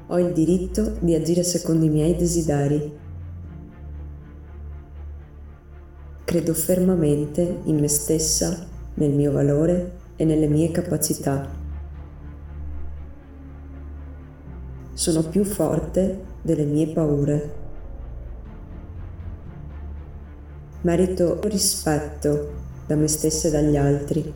Ho il diritto di agire secondo i miei desideri. Credo fermamente in me stessa, nel mio valore e nelle mie capacità. Sono più forte delle mie paure. Merito rispetto da me stessa e dagli altri.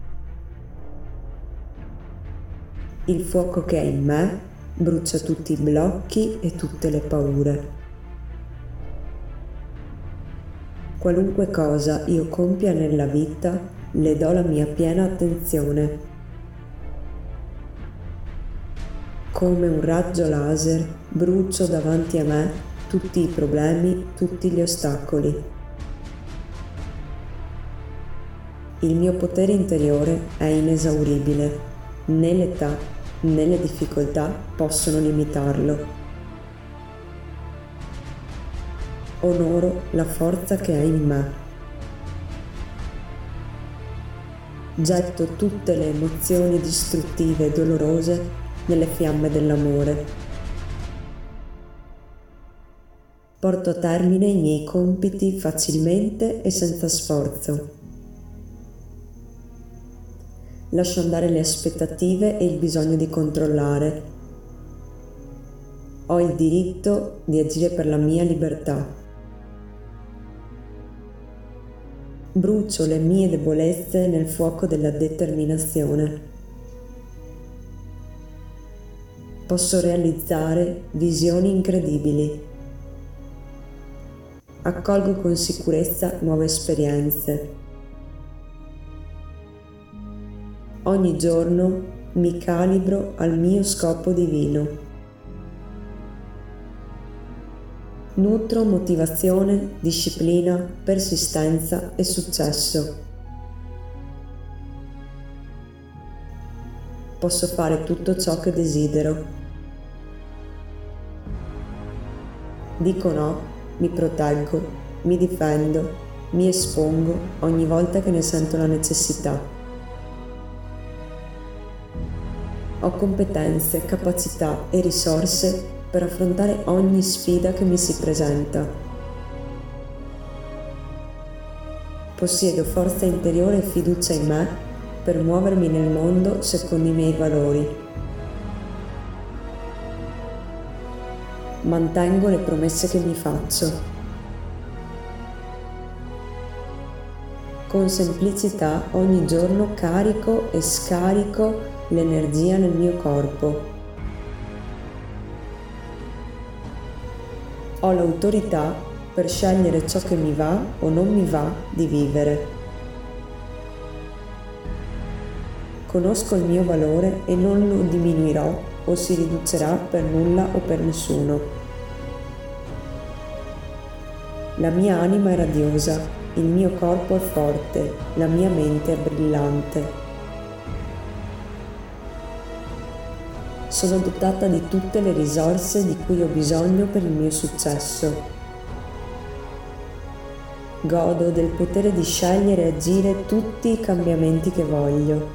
Il fuoco che è in me brucia tutti i blocchi e tutte le paure. Qualunque cosa io compia nella vita, le do la mia piena attenzione. Come un raggio laser brucio davanti a me tutti i problemi, tutti gli ostacoli. Il mio potere interiore è inesauribile, né l'età né le difficoltà possono limitarlo. Onoro la forza che è in me. Getto tutte le emozioni distruttive e dolorose nelle fiamme dell'amore. Porto a termine i miei compiti facilmente e senza sforzo. Lascio andare le aspettative e il bisogno di controllare. Ho il diritto di agire per la mia libertà. Brucio le mie debolezze nel fuoco della determinazione. Posso realizzare visioni incredibili. Accolgo con sicurezza nuove esperienze. Ogni giorno mi calibro al mio scopo divino. Nutro motivazione, disciplina, persistenza e successo. Posso fare tutto ciò che desidero. Dico no, mi proteggo, mi difendo, mi espongo ogni volta che ne sento la necessità. Ho competenze, capacità e risorse per affrontare ogni sfida che mi si presenta. Possiedo forza interiore e fiducia in me per muovermi nel mondo secondo i miei valori. Mantengo le promesse che mi faccio. Con semplicità ogni giorno carico e scarico l'energia nel mio corpo. Ho l'autorità per scegliere ciò che mi va o non mi va di vivere. Conosco il mio valore e non lo diminuirò o si riducerà per nulla o per nessuno. La mia anima è radiosa, il mio corpo è forte, la mia mente è brillante. Sono dotata di tutte le risorse di cui ho bisogno per il mio successo. Godo del potere di scegliere e agire tutti i cambiamenti che voglio.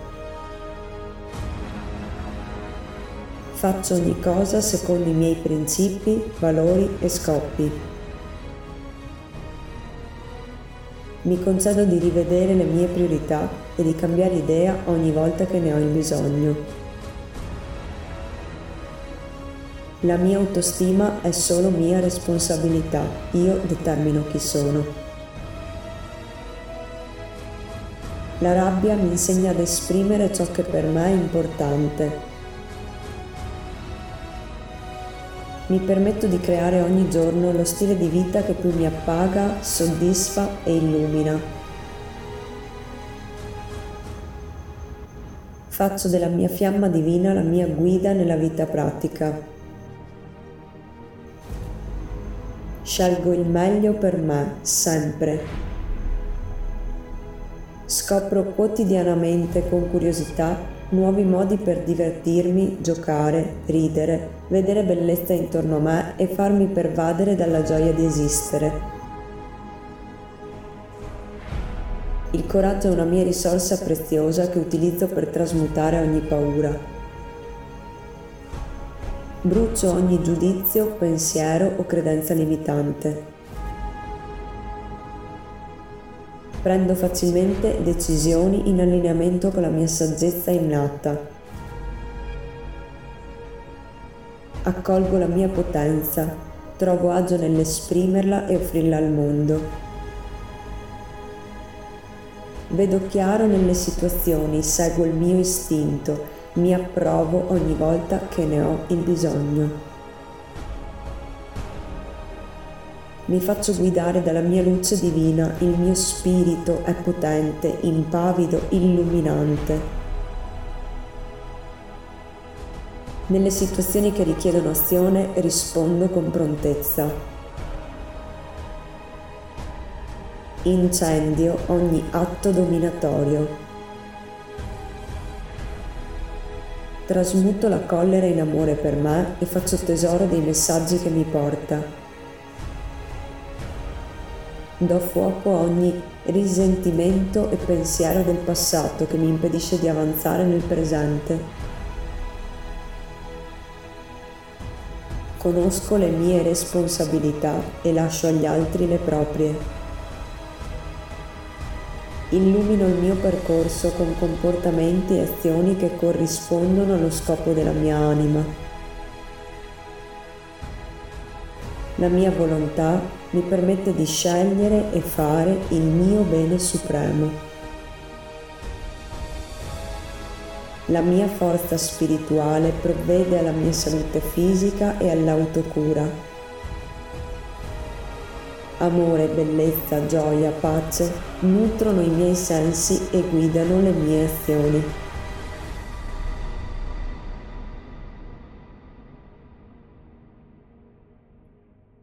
Faccio ogni cosa secondo i miei principi, valori e scopi. Mi concedo di rivedere le mie priorità e di cambiare idea ogni volta che ne ho il bisogno. La mia autostima è solo mia responsabilità, io determino chi sono. La rabbia mi insegna ad esprimere ciò che per me è importante. Mi permetto di creare ogni giorno lo stile di vita che più mi appaga, soddisfa e illumina. Faccio della mia fiamma divina la mia guida nella vita pratica. Scelgo il meglio per me, sempre. Scopro quotidianamente con curiosità nuovi modi per divertirmi, giocare, ridere, vedere bellezza intorno a me e farmi pervadere dalla gioia di esistere. Il coraggio è una mia risorsa preziosa che utilizzo per trasmutare ogni paura. Brucio ogni giudizio, pensiero o credenza limitante. Prendo facilmente decisioni in allineamento con la mia saggezza innata. Accolgo la mia potenza, trovo agio nell'esprimerla e offrirla al mondo. Vedo chiaro nelle situazioni, seguo il mio istinto, mi approvo ogni volta che ne ho il bisogno. Mi faccio guidare dalla mia luce divina, il mio spirito è potente, impavido, illuminante. Nelle situazioni che richiedono azione rispondo con prontezza. Incendio ogni atto dominatorio. Trasmuto la collera in amore per me e faccio tesoro dei messaggi che mi porta. Do fuoco a ogni risentimento e pensiero del passato che mi impedisce di avanzare nel presente. Conosco le mie responsabilità e lascio agli altri le proprie. Illumino il mio percorso con comportamenti e azioni che corrispondono allo scopo della mia anima. La mia volontà mi permette di scegliere e fare il mio bene supremo. La mia forza spirituale provvede alla mia salute fisica e all'autocura. Amore, bellezza, gioia, pace nutrono i miei sensi e guidano le mie azioni.